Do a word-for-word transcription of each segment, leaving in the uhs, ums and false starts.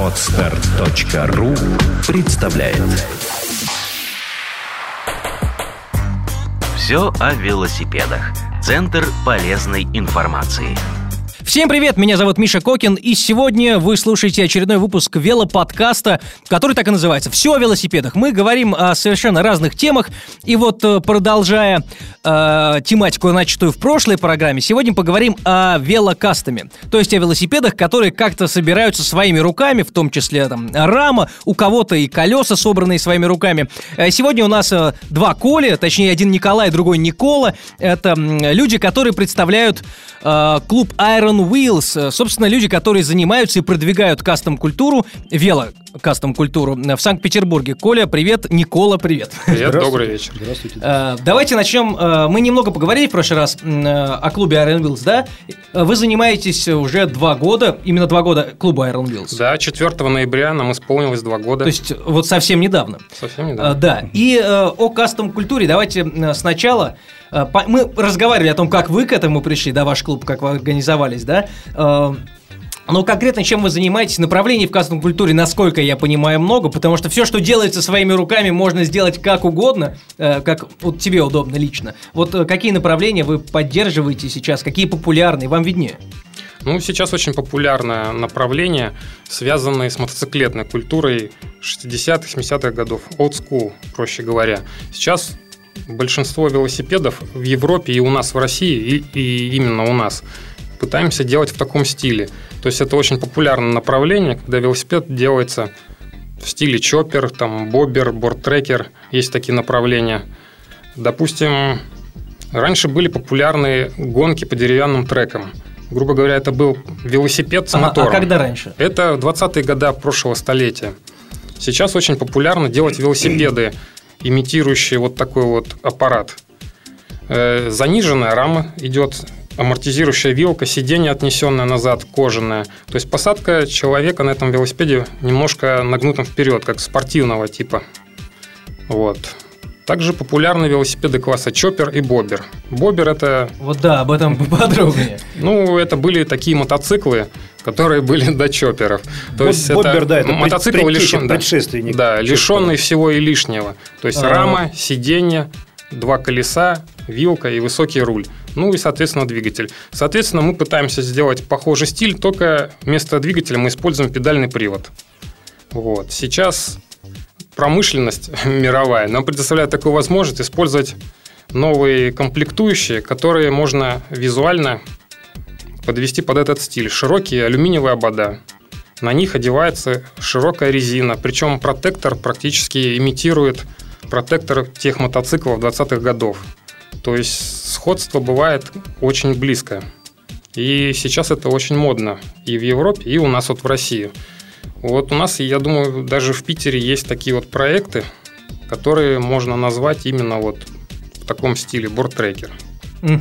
Подстер точка ру представляет. Все о велосипедах. Центр полезной информации. Всем привет, меня зовут Миша Кокин, и сегодня вы слушаете очередной выпуск велоподкаста, который так и называется «Все о велосипедах». Мы говорим о совершенно разных темах, и вот продолжая э, тематику, начатую в прошлой программе, сегодня поговорим о велокастоме, то есть о велосипедах, которые как-то собираются своими руками, в том числе там рама, у кого-то и колеса, собранные своими руками. Сегодня у нас э, два Коли, точнее один Николай, другой Никола. Это э, люди, которые представляют э, клуб Iron Wheels, собственно, люди, которые занимаются и продвигают кастом-культуру, вело-кастом-культуру в Санкт-Петербурге. Коля, привет. Никола, привет. Привет, добрый вечер. Здравствуйте. Давайте начнем. Мы немного поговорили в прошлый раз о клубе Iron Wheels, да? Вы занимаетесь уже два года, именно два года клубу Iron Wheels. Да, четвёртого ноября нам исполнилось два года. То есть вот совсем недавно. Совсем недавно. Да. И о кастом-культуре давайте сначала. Мы разговаривали о том, как вы к этому пришли, да, ваш клуб, как вы организовались, да. Но конкретно чем вы занимаетесь? Направлений в кастом-культуре, насколько я понимаю, много, потому что все, что делается своими руками, можно сделать как угодно, как вот тебе удобно лично. Вот какие направления вы поддерживаете сейчас, какие популярные, вам виднее? Ну, сейчас очень популярное направление, связанное с мотоциклетной культурой шестидесятых, семидесятых годов, old school, проще говоря. Сейчас большинство велосипедов в Европе и у нас в России, и, и именно у нас, пытаемся делать в таком стиле. То есть это очень популярное направление, когда велосипед делается в стиле чоппер, там, боббер, борд-трекер, есть такие направления. Допустим, раньше были популярны гонки по деревянным трекам. Грубо говоря, это был велосипед с ага, мотором. А когда раньше? Это двадцатые годы прошлого столетия. Сейчас очень популярно делать велосипеды, имитирующие вот такой вот аппарат. Э, заниженная рама идет, амортизирующая вилка, сиденье отнесенное назад, кожаное. То есть посадка человека на этом велосипеде немножко нагнутым вперед, как спортивного типа. Вот. Также популярны велосипеды класса чоппер и боббер. Боббер – это… Вот да, об этом поподробнее. Ну, это были такие мотоциклы, которые были до чопперов. То есть боббер, это, да, это мотоцикл лишен, предшественник. Да, лишенный всего и лишнего. То есть А-а-а. рама, сиденье, два колеса, вилка и высокий руль. Ну и, соответственно, двигатель. Соответственно, мы пытаемся сделать похожий стиль, только вместо двигателя мы используем педальный привод. Вот. Сейчас промышленность мировая нам предоставляет такую возможность использовать новые комплектующие, которые можно визуально подвести под этот стиль. Широкие алюминиевые обода. На них одевается широкая резина. Причем протектор практически имитирует протектор тех мотоциклов двадцатых годов. То есть сходство бывает очень близкое. И сейчас это очень модно и в Европе, и у нас вот в России. Вот у нас, я думаю, даже в Питере есть такие вот проекты, которые можно назвать именно вот в таком стиле борд-трекер. Угу.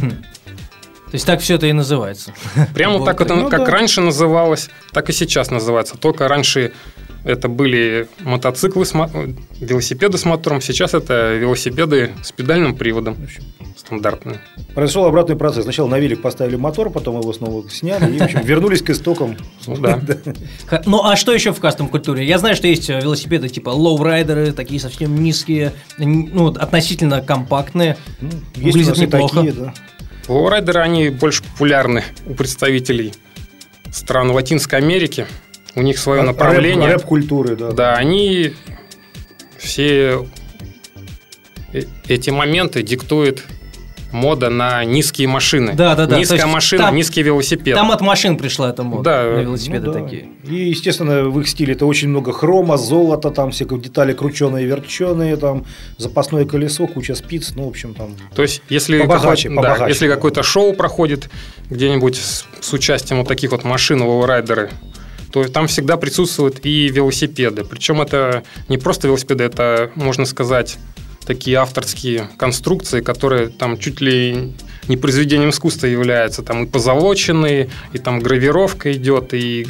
То есть так все это и называется. Прямо так это, ну, как да. раньше называлось, так и сейчас называется. Только раньше это были мотоциклы, с мо... велосипеды с мотором, сейчас это велосипеды с педальным приводом. Стандартные. Произошел обратный процесс. Сначала на велик поставили мотор, потом его снова сняли и, в общем, вернулись к истокам. Ну, да. Ну, а что еще в кастом-культуре? Я знаю, что есть велосипеды типа лоурайдеры, такие совсем низкие, ну, относительно компактные. Ну, выглядят неплохо. Такие, да. Лоурайдеры, они больше популярны у представителей стран Латинской Америки. У них свое а, направление. Рэп, рэп-культуры, да. Да, они все эти моменты диктуют мода на низкие машины. Да, да, да. Низкая машина, там, низкий велосипед. Там от машин пришла эта мода, да, на велосипеды ну, да. такие. И, естественно, в их стиле это очень много хрома, золота, там всякие детали крученые, верченые, там запасное колесо, куча спиц, ну, в общем, там. То есть, если, побогаче, какой, побогаче, да, если да. какое-то шоу проходит где-нибудь с, с участием вот таких вот машин, лоурайдеры, то там всегда присутствуют и велосипеды. Причем это не просто велосипеды, это, можно сказать, такие авторские конструкции, которые там чуть ли не произведением искусства являются. Там и позолоченные, и там гравировка идет, и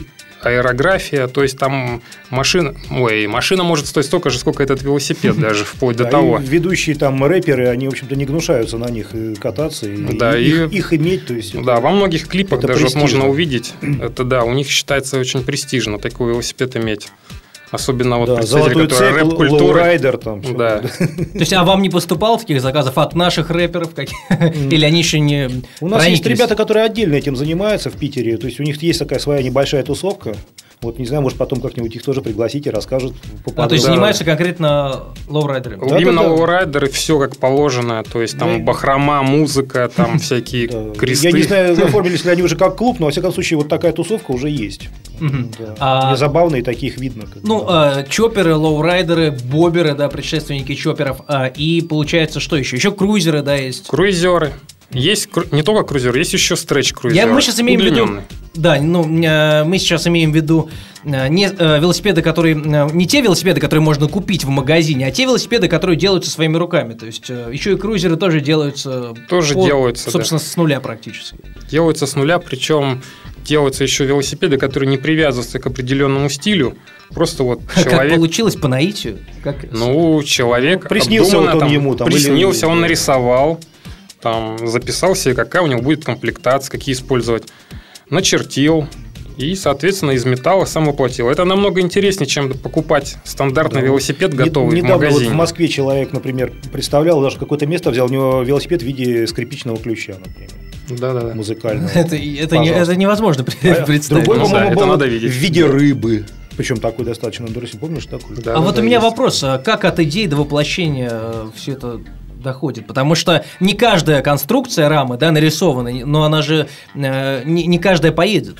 аэрография, то есть там машина, ой, машина может стоить столько же, сколько этот велосипед даже, вплоть до того. Ведущие там рэперы, они, в общем-то, не гнушаются на них кататься и их иметь. Да, во многих клипах даже можно увидеть, это да, у них считается очень престижно такой велосипед иметь. Особенно вот да, представители, которые рэп-культуры. Лоурайдер там. Да. То есть, а вам не поступало таких заказов от наших рэперов? Или они еще не У нас есть ребята, которые отдельно этим занимаются в Питере. То есть, у них есть такая своя небольшая тусовка. Вот, не знаю, может, потом как-нибудь их тоже пригласите, расскажут. А, то есть, занимаются конкретно лоурайдерами? Да, именно да, да. лоурайдеры, все как положено. То есть, там да. бахрома, музыка, там всякие да. кресты. Я не знаю, оформились ли они уже как клуб, но, во всяком случае, вот такая тусовка уже есть. Да. А... Мне забавно, и таких видно. Ну, а, чопперы, лоурайдеры, боберы, да, предшественники чопперов. А, и получается, что еще? Еще крузеры, да, есть? Круизеры. Есть не только крузер, есть еще стретч-крузер. Мы сейчас имеем в виду, да, ну, мы сейчас имеем в виду не велосипеды, которые не те велосипеды, которые можно купить в магазине, а те велосипеды, которые делаются своими руками. То есть еще и крузеры тоже делаются, тоже по, делаются, собственно, да. с нуля практически. Делаются с нуля, причем делаются еще велосипеды, которые не привязываются к определенному стилю. Просто вот человек... Как получилось по наитию? Как... Ну, человек приснился обдуманно, вот он там, ему, там, приснился, или... он нарисовал. Там записал себе, какая у него будет комплектация, какие использовать, начертил и, соответственно, из металла сам воплотил. Это намного интереснее, чем покупать стандартный да. велосипед готовый Недавно в магазине. Вот в Москве человек, например, представлял, даже какое-то место взял, у него велосипед в виде скрипичного ключа, например. Да-да-да. Музыкального. Это, это, не, это невозможно представить. Другой, ну, по-моему, да, был надо видеть. в виде рыбы. Причем такой достаточно дорогой. Помнишь такой? Да, а да, вот да, у меня есть. Вопрос. Как от идеи до воплощения все это доходит? Потому что не каждая конструкция рамы, да, нарисована, но она же э, не, не каждая поедет.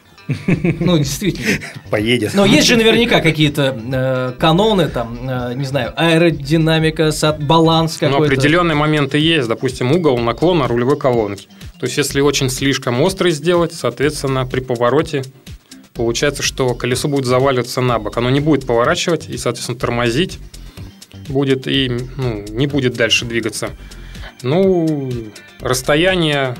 Ну, действительно. Поедет. Но есть же наверняка какие-то э, каноны, там, э, не знаю, аэродинамика, баланс какой-то. Ну, определенные моменты есть. Допустим, угол наклона рулевой колонки. То есть, если очень слишком острый сделать, соответственно, при повороте получается, что колесо будет заваливаться на бок. Оно не будет поворачивать и, соответственно, тормозить будет и ну, не будет дальше двигаться. Ну, расстояние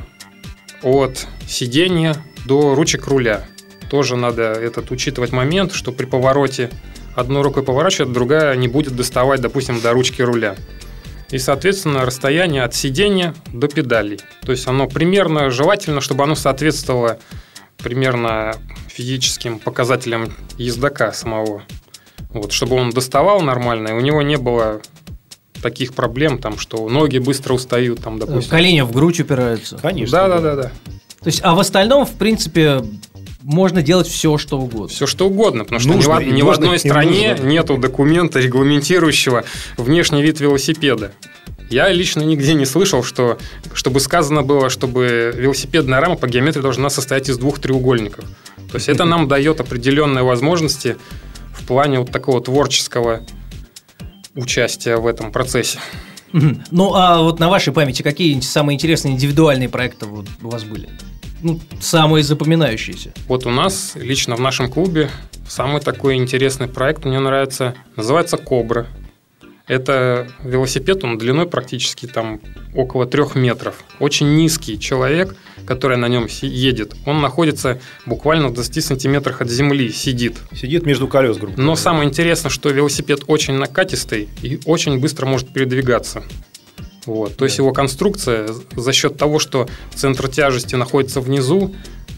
от сиденья до ручек руля. Тоже надо этот учитывать момент, что при повороте одной рукой поворачивает, другая не будет доставать, допустим, до ручки руля. И, соответственно, расстояние от сиденья до педалей. То есть оно примерно, желательно, чтобы оно соответствовало примерно физическим показателям ездока самого. Вот, чтобы он доставал нормально, и у него не было таких проблем, там, что ноги быстро устают, там, допустим. Колени в грудь упираются. Конечно. Да, да, да, да. То есть, а в остальном, в принципе, можно делать все, что угодно. Все, что угодно, потому что нужно, ни, в, ни в одной стране нету документа, регламентирующего внешний вид велосипеда. Я лично нигде не слышал, что, чтобы сказано было, чтобы велосипедная рама по геометрии должна состоять из двух треугольников. То есть, это нам дает определенные возможности в плане вот такого творческого участия в этом процессе. Ну, а вот на вашей памяти какие самые интересные индивидуальные проекты вот у вас были? Ну, самые запоминающиеся. Вот у нас, лично в нашем клубе, самый такой интересный проект, мне нравится, называется «Кобра». Это велосипед, он длиной практически там около трех метров. Очень низкий человек, который на нем едет, он находится буквально в двадцати сантиметрах от земли, сидит. Сидит между колес, грубо говоря. Но самое интересное, что велосипед очень накатистый и очень быстро может передвигаться. Вот. То да. есть его конструкция за счет того, что центр тяжести находится внизу,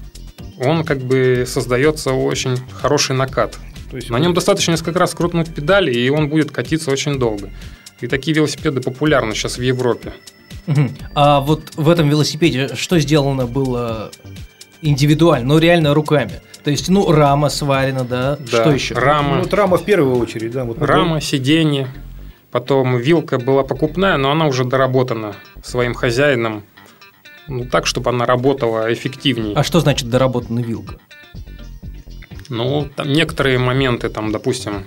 он как бы создается очень хороший накат. То есть на нем достаточно несколько раз крутнуть педали, и он будет катиться очень долго. И такие велосипеды популярны сейчас в Европе. Угу. А вот в этом велосипеде что сделано было индивидуально, ну реально руками? То есть, ну, рама сварена, да? Да, что еще? Рама. Ну, вот рама в первую очередь, да. Вот рама, сиденье. Потом вилка была покупная, но она уже доработана своим хозяином. Ну, так, чтобы она работала эффективнее. А что значит доработана вилка? Ну, там некоторые моменты, там, допустим,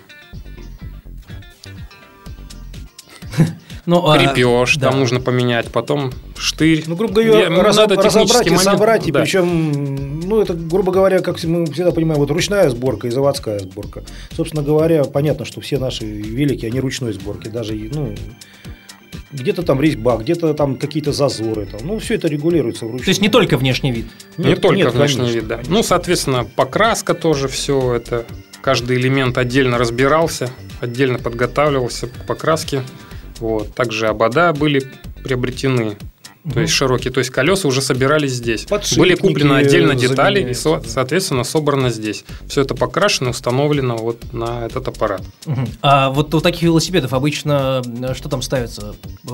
ну, крепеж, а, там да. нужно поменять, потом штырь. Ну, грубо говоря, ну, разоб, разобрать и момент, собрать, и да. причем, ну, это, грубо говоря, как мы всегда понимаем, вот ручная сборка и заводская сборка. Собственно говоря, понятно, что все наши велики, они ручной сборки, даже, ну, где-то там резьба, где-то там какие-то зазоры. Там. Ну, все это регулируется вручную. То есть не только внешний вид? Нет, не только нет, внешний конечно, вид, да. Конечно. Ну, соответственно, покраска тоже все это. Каждый элемент отдельно разбирался, отдельно подготавливался к покраске. Вот. Также обода были приобретены. То угу. есть широкие, то есть колеса уже собирались здесь. Были куплены отдельно детали и, соответственно, собрано здесь. Все это покрашено, установлено вот на этот аппарат. Угу. А вот у таких велосипедов обычно что там ставится?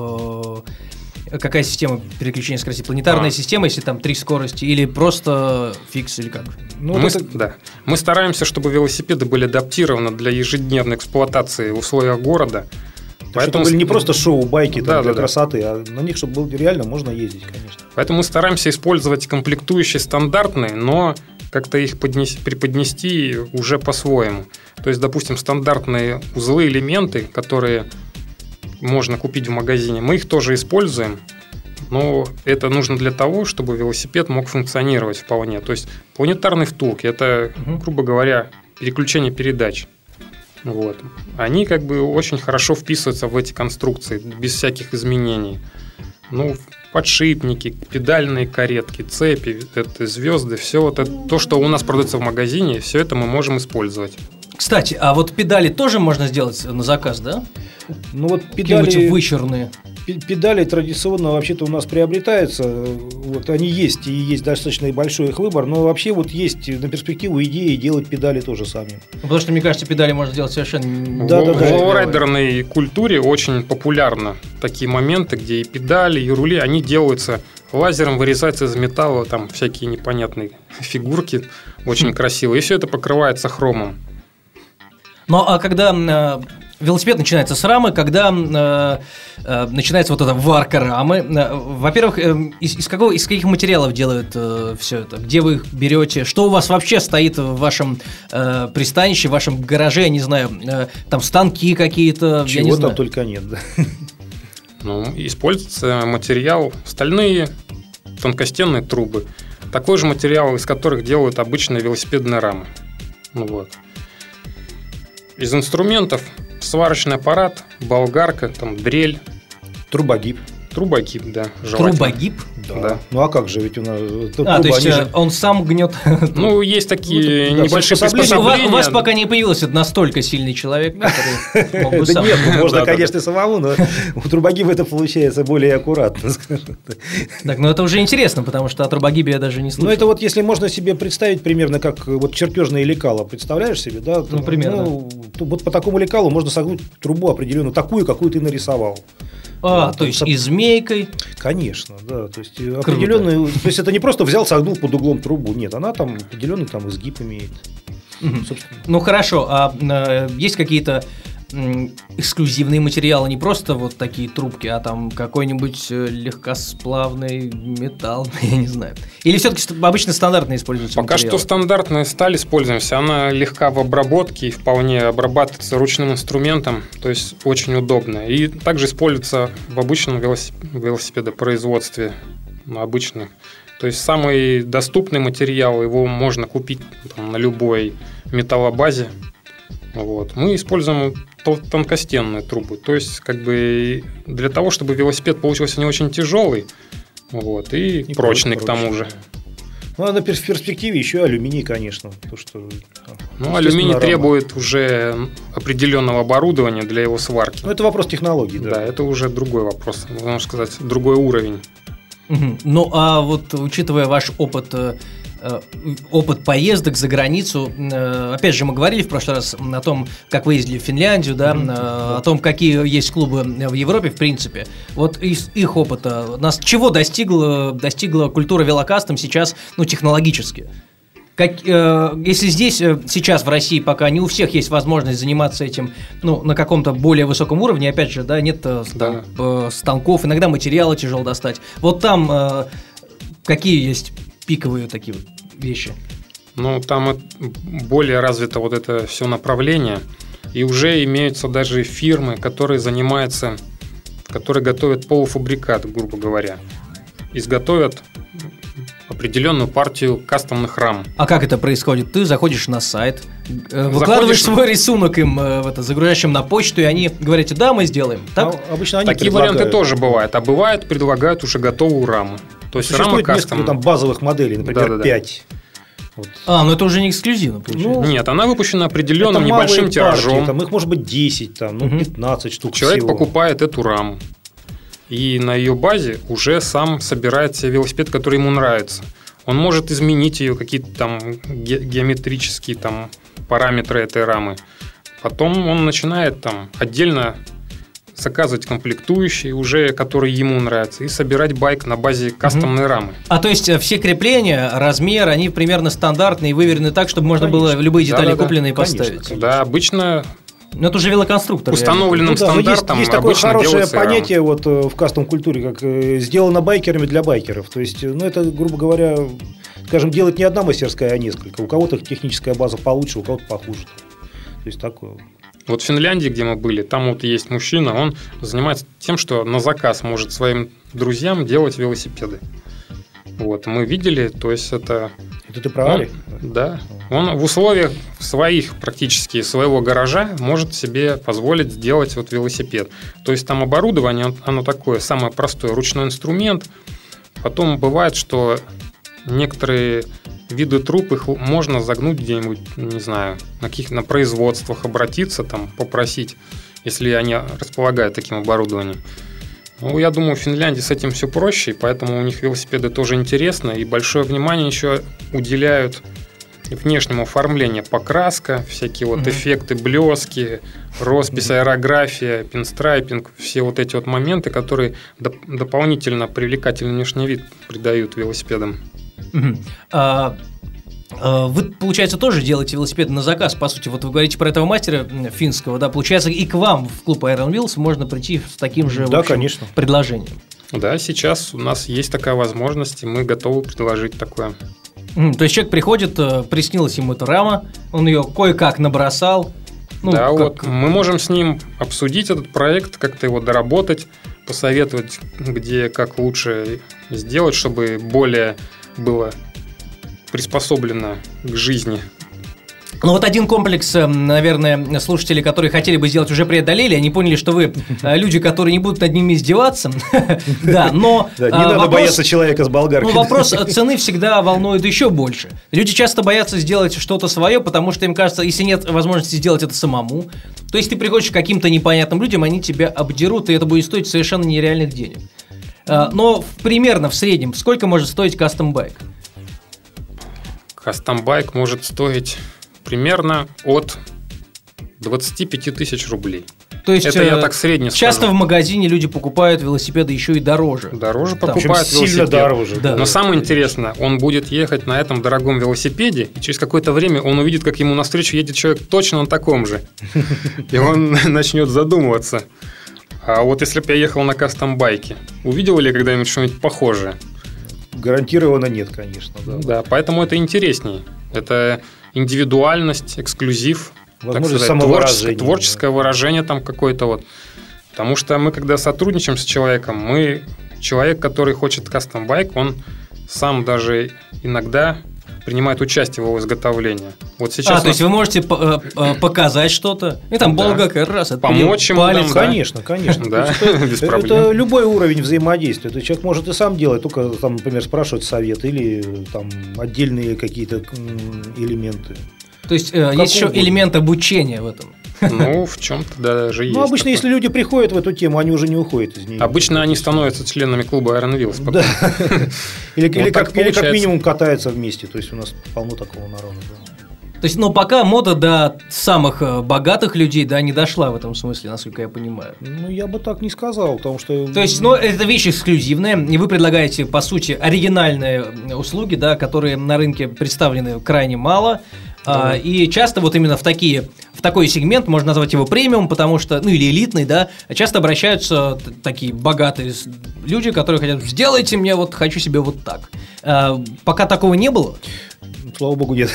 Какая система переключения скорости? Планетарная а. система, если там три скорости, или просто фикс, или как? Ну, мы, это... да. мы стараемся, чтобы велосипеды были адаптированы для ежедневной эксплуатации в условиях города. Поэтому это были не просто шоу-байки да, для да, красоты, да. а на них, чтобы было реально можно ездить, конечно. Поэтому мы стараемся использовать комплектующие стандартные, но как-то их поднести, преподнести уже по-своему. То есть, допустим, стандартные узлы, элементы, которые можно купить в магазине, мы их тоже используем, но это нужно для того, чтобы велосипед мог функционировать вполне. То есть, планетарные втулки – это, грубо говоря, переключение передач. Вот. Они как бы очень хорошо вписываются в эти конструкции, без всяких изменений. Ну, подшипники, педальные каретки, цепи, это звезды, все вот это, то, что у нас продается в магазине, все это мы можем использовать. Кстати, а вот педали тоже можно сделать на заказ, да? Ну вот педали вычурные. Педали традиционно вообще-то у нас приобретаются, вот они есть, и есть достаточно большой их выбор, но вообще вот есть на перспективу идеи делать педали тоже сами. Потому что, мне кажется, педали можно сделать совершенно... Да, в, да, да, в лоурайдерной культуре очень популярны такие моменты, где и педали, и рули, они делаются лазером, вырезаются из металла, там всякие непонятные фигурки, очень красивые, и все это покрывается хромом. Ну, а когда... Велосипед начинается с рамы, когда э, э, начинается вот эта варка рамы. Э, во-первых, э, из, из, какого, из каких материалов делают э, все это? Где вы их берете? Что у вас вообще стоит в вашем э, пристанище, в вашем гараже, я не знаю, э, там станки какие-то? Чего я не там знаю. только нет, да. Ну, используется материал стальные тонкостенные трубы. Такой же материал, из которых делают обычные велосипедные рамы. Ну, вот. Из инструментов сварочный аппарат, болгарка, там, дрель. Трубогиб. Трубогиб, да. Трубогиб? Да. да. Ну, а как же, ведь у нас... А, труба, то есть же... он сам гнет... Ну, есть такие ну, небольшие да, приспособления. У вас пока не появился настолько сильный человек, который мог бы сам... Да нет, можно, конечно, самому, но у трубогиба это получается более аккуратно, скажем так. Так, ну это уже интересно, потому что о трубогибе я даже не слышал. Ну, это вот если можно себе представить примерно как вот чертежное лекало, представляешь себе, да? Ну, примерно. Вот по такому лекалу можно согнуть трубу определенную, такую, какую ты нарисовал. А, то есть и змейкой? Конечно, да. То есть определенную. То есть это не просто взял, согнул под углом трубу. Нет, она там определенный там изгиб имеет. Угу. Ну хорошо, а, а есть какие-то эксклюзивные материалы, не просто вот такие трубки, а там какой-нибудь легкосплавный металл, я не знаю. Или все-таки обычно стандартно используются Пока материалы? что стандартная сталь используемся, она легка в обработке и вполне обрабатывается ручным инструментом, то есть очень удобно. И также используется в обычном велосипедопроизводстве, обычных. То есть самый доступный материал, его можно купить там, на любой металлобазе. Вот. Мы используем тонкостенные трубы, то есть как бы для того, чтобы велосипед получился не очень тяжелый, вот, и, и прочный к тому же. Ну, а на перспективе еще алюминий, конечно. То, что, ну, алюминий рама. Требует уже определенного оборудования для его сварки. Ну, это вопрос технологий, да. Да, это уже другой вопрос, можно сказать, другой уровень. Угу. Ну, а вот учитывая ваш опыт, опыт поездок за границу, опять же, мы говорили в прошлый раз о том, как вы ездили в Финляндию, да, mm-hmm. о том, какие есть клубы в Европе, в принципе. Вот из их опыта нас чего достигла, достигла культура велокастом сейчас, ну, технологически? Как, э, если здесь э, сейчас в России пока не у всех есть возможность заниматься этим, ну, на каком-то более высоком уровне, опять же, да, нет э, да. э, станков, иногда материалы тяжело достать. Вот там э, какие есть пиковые такие вот вещи? Ну, там более развито вот это все направление, и уже имеются даже фирмы, которые занимаются, которые готовят полуфабрикат, грубо говоря, изготовят определенную партию кастомных рам. А как это происходит? Ты заходишь на сайт, э, выкладываешь Заходишь... свой рисунок им, э, в это, загружаешь им на почту, и они говорят: да, мы сделаем. Так? А, обычно они Такие предлагают. варианты тоже бывают. А бывает, предлагают уже готовую раму. То есть рама Существует несколько кастомная. там базовых моделей, например, Да-да-да. пять. Вот. А, ну это уже не эксклюзивно, получается. Ну, Нет, она выпущена определенным Это небольшим малые тиражом. партии, там их может быть десять, там, ну, Мгм. пятнадцать штук Человек всего. покупает эту раму. И на ее базе уже сам собирает себе велосипед, который ему нравится. Он может изменить ее, какие-то там ге- геометрические там параметры этой рамы. Потом он начинает там отдельно заказывать комплектующие, уже которые ему нравятся, и собирать байк на базе кастомной рамы. А то есть э, все крепления, размер, они примерно стандартные и выверены так, чтобы можно Конечно. было любые детали Да-да-да. купленные Конечно, поставить. конечно. Да, обычно Ну это уже велоконструктор. установленным Ну да, но есть, стандартом есть такое обычно хорошее делается рама. понятие вот э, в кастом-культуре, как э, сделано байкерами для байкеров. То есть, э, ну, это, грубо говоря, скажем, делать не одна мастерская, а несколько. У кого-то техническая база получше, у кого-то похуже. То есть, такое. Вот в Финляндии, где мы были, там вот есть мужчина, он занимается тем, что на заказ может своим друзьям делать велосипеды. Вот, мы видели, то есть это... Это ты про Ари? Он, да. Он в условиях своих, практически своего гаража, может себе позволить сделать вот велосипед. То есть там оборудование, оно такое, самое простое, ручной инструмент. Потом бывает, что некоторые виды труб, их можно загнуть где-нибудь, не знаю, на каких на производствах обратиться, там, попросить, если они располагают таким оборудованием. Ну, я думаю, в Финляндии с этим все проще, и поэтому у них велосипеды тоже интересно, и большое внимание еще уделяют внешнему оформлению. Покраска, всякие вот Мгм. эффекты, блески, роспись, аэрография, пинстрайпинг, все вот эти вот моменты, которые доп- дополнительно привлекательный внешний вид придают велосипедам. Мгм. А, а, Вы, получается, тоже делаете велосипеды на заказ, по сути. Вот вы говорите про этого мастера м, финского, да, получается, и к вам в клуб Iron Wheels можно прийти с таким же, в Да, общем, конечно. предложением. Да, сейчас у нас есть такая возможность, и мы готовы предложить такое. Мгм. То есть человек приходит, э, приснилась ему эта рама, он ее кое-как набросал. Ну, да, как- вот мы можем с ним обсудить этот проект, как-то его доработать, посоветовать, где как лучше сделать, чтобы более было приспособлено к жизни. Ну вот один комплекс, э, наверное, слушатели, которые хотели бы сделать, уже преодолели. Они поняли, что вы э, люди, которые не будут над ними издеваться. Да, но Да, не э, надо вопрос- бояться человека с болгаркой. Ну, вопрос цены всегда волнует еще больше. Люди часто боятся сделать что-то свое, потому что им кажется, если нет возможности сделать это самому, то есть ты приходишь к каким-то непонятным людям, они тебя обдерут, и это будет стоить совершенно нереальных денег. А, Но примерно в среднем сколько может стоить кастом-байк? Кастомбайк может стоить примерно от двадцати пяти тысяч рублей. То есть Это я э, так средне часто скажу. в магазине люди покупают велосипеды еще и дороже. Дороже Там. покупают Причем сильно велосипед. дороже. Да. Но самое интересное, он будет ехать на этом дорогом велосипеде, и через какое-то время он увидит, как ему навстречу едет человек точно на таком же. И он начнет задумываться. А вот если бы я ехал на кастом-байке, увидел ли я когда-нибудь что-нибудь похожее? Гарантированно нет, конечно. Да. Да, поэтому это интереснее. Это индивидуальность, эксклюзив, так Возможность сказать, самовыражения, творческое, творческое выражение там какое-то вот. Потому что мы, когда сотрудничаем с человеком, мы человек, который хочет кастом-байк, он сам даже иногда принимает участие в его изготовлении. Вот сейчас А, у то нас есть вы можете по- э, э, показать что-то, и там Да. болга как раз отпилил Помочь ему палец. там, да. Конечно, конечно. Да, То есть без это, проблем. это любой уровень взаимодействия. То есть человек может и сам делать, только, там, например, спрашивать совет или там отдельные какие-то м, элементы. То есть э, Как есть еще угодно. элемент обучения в этом. ну, в чем-то даже есть. Ну, обычно, такое. если люди приходят в эту тему, они уже не уходят из нее. Обычно они становятся членами клуба Iron Wheels. потом. Да. Или, Вот или так как, или как получается. минимум катаются вместе. То есть у нас полно такого народа. да. То есть, но пока мода до самых э, богатых людей, да, не дошла в этом смысле, насколько я понимаю. Ну, я бы так не сказал, потому что... То есть, ну, это вещь эксклюзивная, и вы предлагаете, по сути, оригинальные услуги, да, которые на рынке представлены крайне мало. А, и часто вот именно в такие, в такой сегмент, можно назвать его премиум, потому что, ну или элитный, да, часто обращаются т- такие богатые с- люди, которые хотят, сделайте мне, вот хочу себе вот так. А, пока такого не было. Слава богу, нет.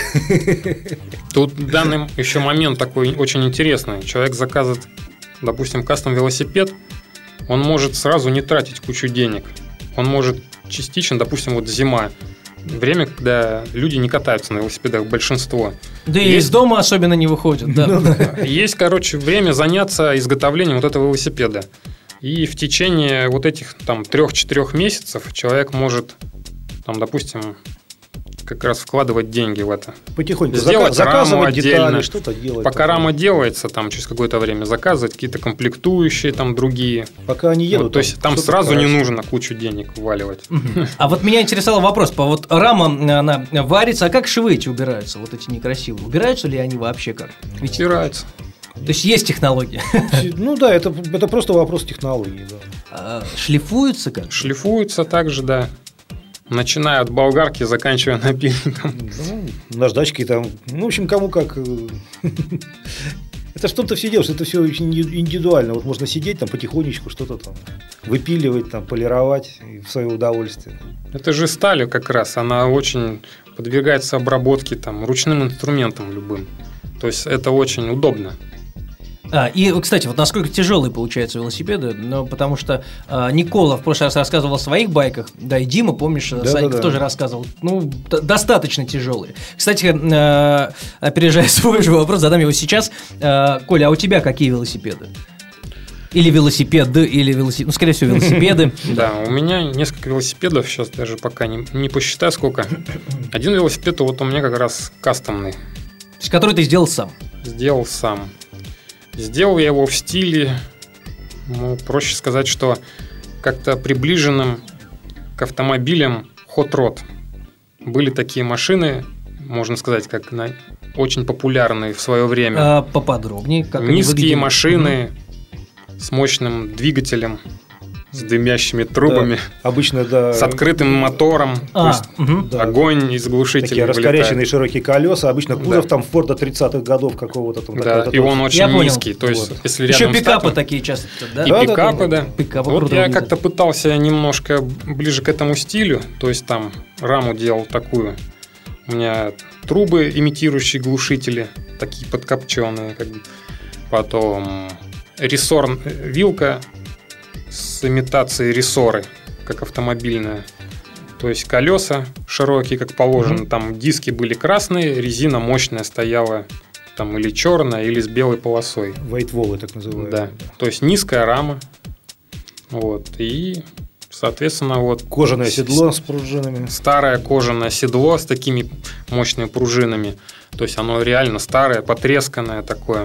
Тут данный еще момент такой очень интересный. Человек заказывает, допустим, кастом-велосипед, он может сразу не тратить кучу денег. Он может частично, допустим, вот зима, время, когда люди не катаются на велосипедах, большинство. Да и из дома особенно не выходят. Да. Есть, короче, время заняться изготовлением вот этого велосипеда. И в течение вот этих там трех-четырех месяцев человек может, там, допустим, как раз вкладывать деньги в это. Потихоньку сделать раму отдельно. Детали, что-то делать. Пока рама делается, там через какое-то время заказывать какие-то комплектующие, там другие. Пока они едут. Вот, то есть там сразу не нужно кучу денег вваливать. А вот меня интересовал вопрос, вот рама, она варится, а как швы эти убираются, вот эти некрасивые? Убираются ли они вообще как? Убираются. То есть есть технология? Ну да, это, это просто вопрос технологии. Да. А шлифуются как? Шлифуются также, да. Начиная от болгарки, заканчивая напильником. Ну, наждачки там. Ну, в общем, кому как. Это что-то все делаешь, это все очень индивидуально. Вот можно сидеть там потихонечку, что-то там выпиливать, там, полировать в свое удовольствие. Это же сталь как раз, она очень подвергается обработке там, ручным инструментом любым. То есть это очень удобно. А, и, кстати, вот насколько тяжелые получаются велосипеды, ну, потому что а, Никола в прошлый раз рассказывал о своих байках, да, и Дима, помнишь, да, Саньков да, да. тоже рассказывал, ну, д- достаточно тяжелые. Кстати, а, опережая свой же вопрос, задам его сейчас. А, Коля, а у тебя какие велосипеды? Или велосипеды, или велосипеды, ну, скорее всего, велосипеды. Да, у меня несколько велосипедов, сейчас даже пока не, не посчитаю сколько. Один велосипед вот у меня как раз кастомный. Который ты сделал сам? Сделал сам. Сделал я его в стиле, ну, проще сказать, что как-то приближенным к автомобилям Hot Rod. Были такие машины, можно сказать, как на, очень популярные в свое время. А поподробнее? Как низкие машины угу. с мощным двигателем, с дымящими трубами, да, обычно, да, с открытым мотором, а, то есть угу. да, огонь из глушителя такие вылетает. Раскоряченные широкие колеса, обычно кузов да. там Форда тридцатых годов какого-то там. Да, и он очень я низкий, понял. то есть вот. если еще рядом пикапы статуя, такие часто, да? И да, пикапы, да. да, да. Пикапы вот я выглядят. как-то пытался немножко ближе к этому стилю, то есть там раму делал такую. У меня трубы, имитирующие глушители, такие подкопченые, как бы. Потом рессор, вилка с имитацией рессоры, как автомобильная. То есть колеса широкие, как положено. Mm-hmm. Там диски были красные, резина мощная стояла там или черная, или с белой полосой. Вайтволы, так называемые. Да. То есть низкая рама. Вот. И, соответственно, вот... Кожаное седло с пружинами. Старое кожаное седло с такими мощными пружинами. То есть оно реально старое, потресканное такое.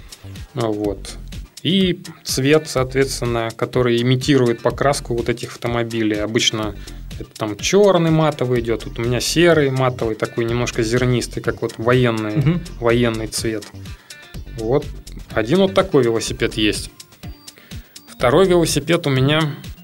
Вот. И цвет, соответственно, который имитирует покраску вот этих автомобилей. Обычно это там черный матовый идет, тут у меня серый матовый, такой немножко зернистый, как вот военный, угу. военный цвет. Вот один вот такой велосипед есть. Второй велосипед у меня,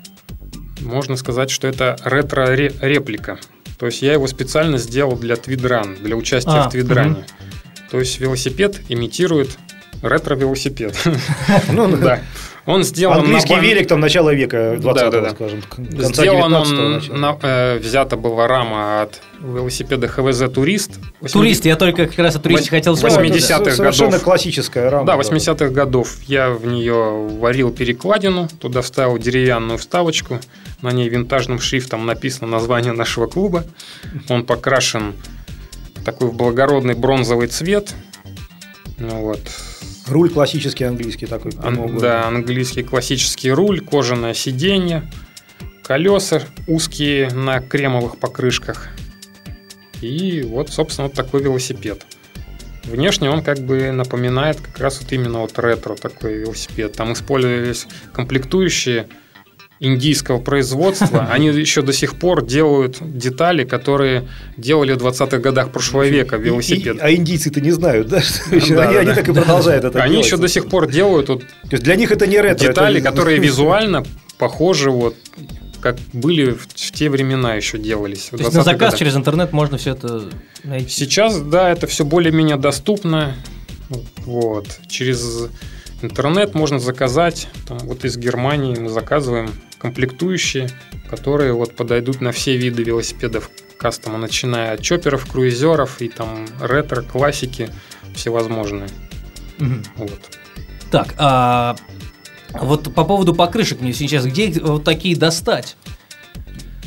можно сказать, что это ретро-реплика. То есть я его специально сделал для твидран, для участия а, в твидране. Угу. То есть велосипед имитирует ретро-велосипед. Ну, да. Он сделан английский на... велик там начала века двадцатого, да, да, да. скажем. Сделан он, на, э, взята была рама от велосипеда эйч ви зет Турист. Турист, я только как раз о туристе хотел сказать. восьмидесятых годов. Совершенно классическая рама. Да, восьмидесятых да. годов. Я в нее варил перекладину, туда вставил деревянную вставочку, на ней винтажным шрифтом написано название нашего клуба. Он покрашен такой в благородный бронзовый цвет. Ну, вот. Руль классический английский такой. Ан- да, английский классический руль, кожаное сиденье, колеса узкие на кремовых покрышках. И вот, собственно, вот такой велосипед. Внешне он как бы напоминает как раз вот именно вот ретро такой велосипед. Там использовались комплектующие индийского производства. Они еще до сих пор делают детали, которые делали в двадцатых годах прошлого века велосипед. И, и, а индийцы-то не знают, да? да, они, да они да. так и продолжают это Они делать. еще до сих пор делают вот то есть для них это не ретро. детали, это... которые визуально похожи вот как были в, в те времена еще делались. То есть на заказ годах. Через интернет можно все это найти? Сейчас, да, это все более-менее доступно. Вот. Через интернет можно заказать. Там, вот из Германии мы заказываем комплектующие, которые вот подойдут на все виды велосипедов кастома, начиная от чопперов, круизеров и там ретро, классики, всевозможные. Угу. Вот. Так, а вот по поводу покрышек мне сейчас, где вот такие достать?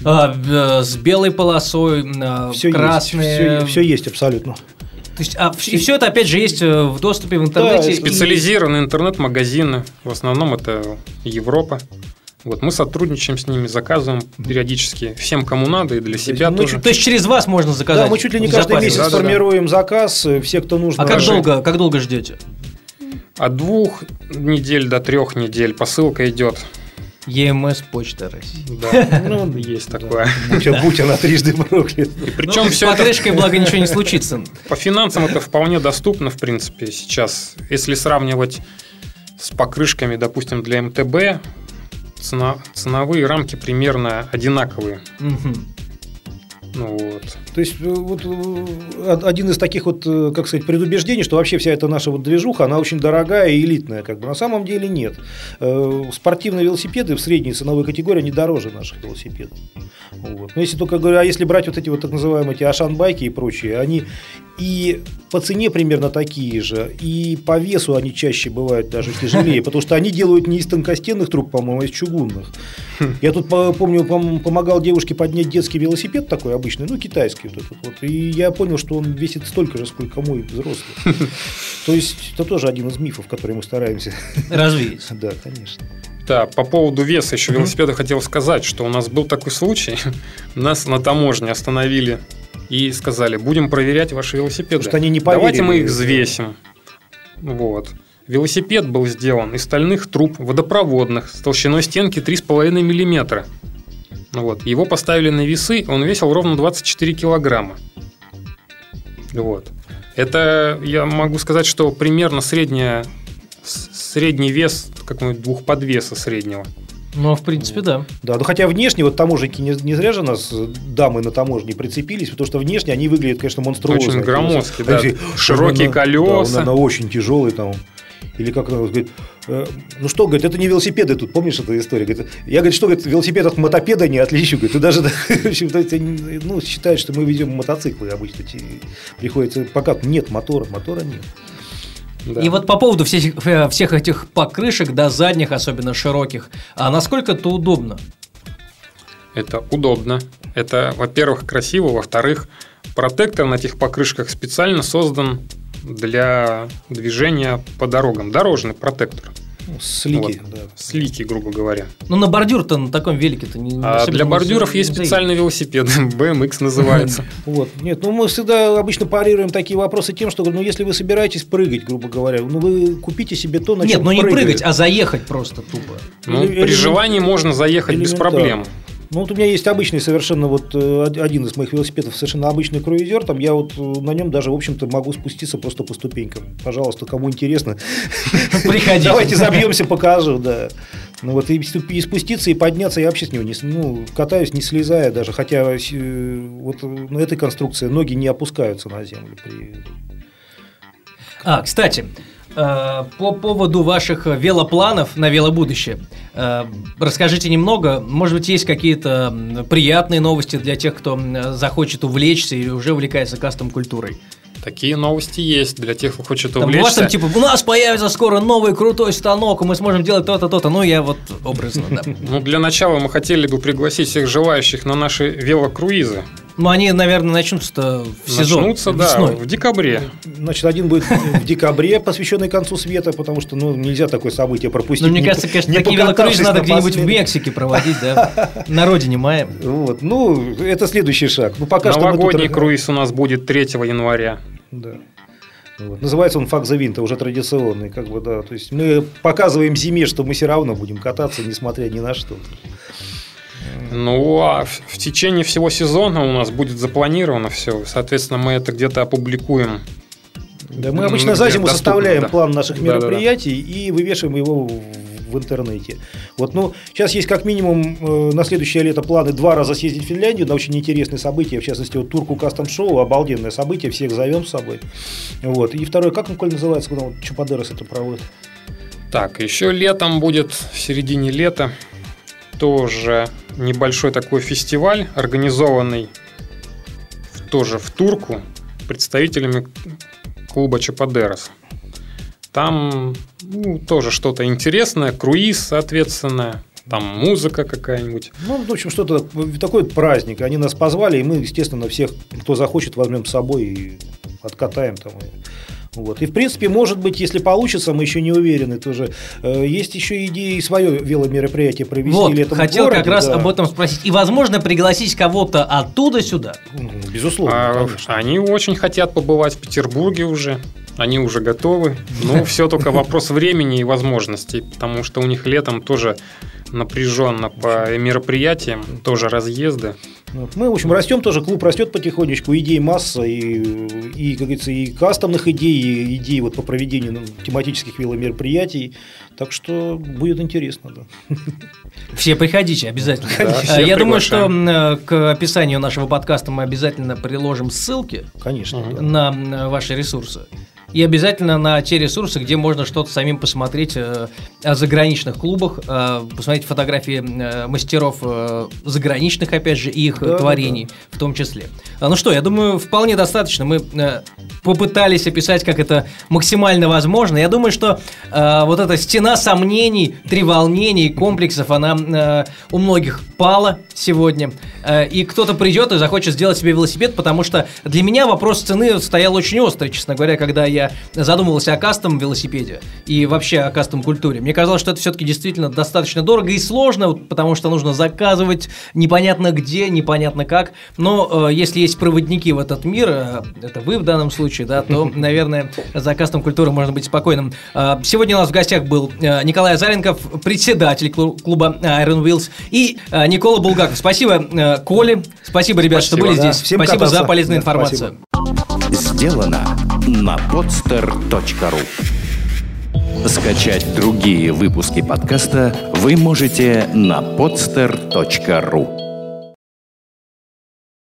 А, с белой полосой, все красной. Есть, все, все есть абсолютно. То есть, а, и все это, опять же, есть в доступе в интернете. Да, специализированные интернет-магазины. В основном это Европа. Вот мы сотрудничаем с ними, заказываем периодически всем, кому надо, и для себя мы тоже. чуть, то есть через вас можно заказать? Да, мы чуть ли не каждый месяц да, формируем да, да. заказ, все, кто нужно. А как долго, как долго ждете? От двух недель до трех недель посылка идет. ЕМС Почта России. Да, Ну, есть такое. Будь, будь она трижды проклят. И причем Ну, все с это покрышкой, благо, ничего не случится. по финансам это вполне доступно, в принципе, сейчас. Если сравнивать с покрышками, допустим, для эм тэ бэ, цена, ценовые рамки примерно одинаковые. Мгм. Ну вот. То есть, вот один из таких вот, как сказать, предубеждений, что вообще вся эта наша вот движуха, она очень дорогая и элитная, как бы. На самом деле нет. Спортивные велосипеды в средней ценовой категории, они дороже наших велосипедов. Вот. Но если только говорю, а если брать вот эти вот так называемые эти Ашан-байки и прочие, они и по цене примерно такие же, и по весу они чаще бывают даже тяжелее, потому что они делают не из тонкостенных труб, по-моему, а из чугунных. Я тут, помню, помогал девушке поднять детский велосипед такой обычный, ну, китайский вот этот вот, и я понял, что он весит столько же, сколько мой взрослый. То есть, это тоже один из мифов, который мы стараемся развеять. Да, конечно. Да, по поводу веса еще велосипеда хотел сказать, что у нас был такой случай, нас на таможне остановили и сказали, будем проверять ваши велосипеды. Что они не поверили. Давайте мы их взвесим. Вот. Велосипед был сделан из стальных труб водопроводных с толщиной стенки три с половиной миллиметра. Вот. Его поставили на весы, он весил ровно двадцать четыре килограмма. Вот. Это, я могу сказать, что примерно средняя, средний вес какого-нибудь двухподвеса среднего. Ну, в принципе, да. Да, ну хотя внешне вот таможенники не, не зря же нас дамы на таможне прицепились, потому что внешне они выглядят, конечно, монструозно. Очень громоздкие, да. Они, широкие она, колеса. Да, она, она очень тяжелая там. Или как она говорит, э, ну что, говорит, это не велосипеды тут, помнишь эту историю? Говорит, я, говорит, что, говорит, велосипед от мотопеда не отличу, говорит, ты даже, в общем, ну, считают, что мы ведем мотоциклы обычно, приходится, пока нет мотора, мотора нет. Да. И вот по поводу всех, всех этих покрышек, да, задних, особенно широких, а насколько это удобно? Это удобно. Это, во-первых, красиво, во-вторых, протектор на этих покрышках специально создан для движения по дорогам. Дорожный протектор. Слики, вот. Да. Слики, грубо говоря. Ну, на бордюр-то на таком велике-то не... А для бордюров не есть специальный велосипед, бэ эм икс называется. Вот. Нет, ну мы всегда обычно парируем такие вопросы тем, что, ну, если вы собираетесь прыгать, грубо говоря, ну, вы купите себе то, на чем Нет, ну не прыгают. прыгать, а заехать просто тупо. Ну, Или, при желании можно заехать без проблем. Ну, вот у меня есть обычный совершенно вот один из моих велосипедов, совершенно обычный круизер, там я вот на нем даже, в общем-то, могу спуститься просто по ступенькам. Пожалуйста, кому интересно, приходите. Давайте забьемся, покажу, да. Ну вот и спуститься, и подняться я вообще с него не, ну, катаюсь, не слезая даже, хотя вот на этой конструкции ноги не опускаются на землю. При... А, кстати, по поводу ваших велопланов на велобудущее. Расскажите немного, может быть, есть какие-то приятные новости для тех, кто захочет увлечься или уже увлекается кастом-культурой? Такие новости есть для тех, кто хочет там увлечься. У вас там типа, у нас появится скоро новый крутой станок, мы сможем делать то-то, то-то. Ну, я вот образно, да. Ну, для начала мы хотели бы пригласить всех желающих на наши велокруизы. Ну, они, наверное, начнутся в сезон. Начнутся, да, весной. в декабре. Значит, один будет в декабре, посвященный концу света, потому что, ну, нельзя такое событие пропустить. Ну, мне кажется, конечно, такие велокруизы надо где-нибудь в Мексике проводить, да, на родине мая. Вот, ну, это следующий шаг. Ну, пока Новогодний что круиз у нас будет третьего января. Да. Вот. Называется он «Фак зе Винта», уже традиционный, как бы, да. То есть мы показываем зиме, что мы все равно будем кататься, несмотря ни на что. Ну, а в, в течение всего сезона у нас будет запланировано все. Соответственно, мы это где-то опубликуем. Да, мы обычно за зиму доступно, составляем да. план наших мероприятий, да, да, да. и вывешиваем его в, в интернете. Вот, ну, сейчас есть как минимум э, на следующее лето планы два раза съездить в Финляндию на очень интересные события, в частности, вот Турку Кастом Шоу, обалденное событие, всех зовем с собой. Вот. И второе, как он, Коль, называется, когда вот Чупадерос это проводит? Так, еще летом будет, в середине лета, тоже небольшой такой фестиваль, организованный тоже в Турку представителями клуба Чупадерос. Там, ну, тоже что-то интересное, круиз, соответственно, там музыка какая-нибудь. Ну, в общем, что-то такой праздник. Они нас позвали, и мы, естественно, всех, кто захочет, возьмем с собой и откатаем там. Вот. И, в принципе, может быть, если получится, мы еще не уверены тоже. Есть еще идеи свое веломероприятие провести вот, летом хотел в городе. как раз да. об этом спросить. И, возможно, пригласить кого-то оттуда сюда. Безусловно, а, они очень хотят побывать в Петербурге уже. Они уже готовы. Но все только вопрос времени и возможностей, потому что у них летом тоже напряженно по мероприятиям, тоже разъезды. Мы, в общем, растем тоже, клуб растет потихонечку, идей масса, и, и, как говорится, и кастомных идей, и идей вот по проведению ну, тематических веломероприятий, так что будет интересно, да. Все приходите обязательно. Да, Я думаю, приглашаем. что к описанию нашего подкаста мы обязательно приложим ссылки Конечно, Угу. да. на ваши ресурсы. И обязательно на те ресурсы, где можно что-то самим посмотреть э, о заграничных клубах, э, посмотреть фотографии э, мастеров э, заграничных, опять же, и их Да, творений да, в том числе. А, ну что, я думаю, вполне достаточно. Мы э, попытались описать, как это максимально возможно. Я думаю, что э, вот эта стена сомнений, треволнений, комплексов, она э, у многих пала сегодня. Э, и кто-то придет и захочет сделать себе велосипед, потому что для меня вопрос цены стоял очень острый, честно говоря, когда я задумывался о кастом велосипеде и вообще о кастом культуре. Мне казалось, что это все-таки действительно достаточно дорого и сложно, потому что нужно заказывать непонятно где, непонятно как. Но э, если есть проводники в этот мир, э, это вы в данном случае, да, то, наверное, за кастом культуры можно быть спокойным. Э, сегодня у нас в гостях был э, Николай Азаренков, председатель клуба Iron Wheels, и э, Никола Булгаков. Спасибо, э, Коле. Спасибо, ребят, Спасибо. что были Да, здесь. всем Спасибо кататься. за полезную Да, информацию. Сделано на podster точка ру. Скачать другие выпуски подкаста вы можете на podster точка ру.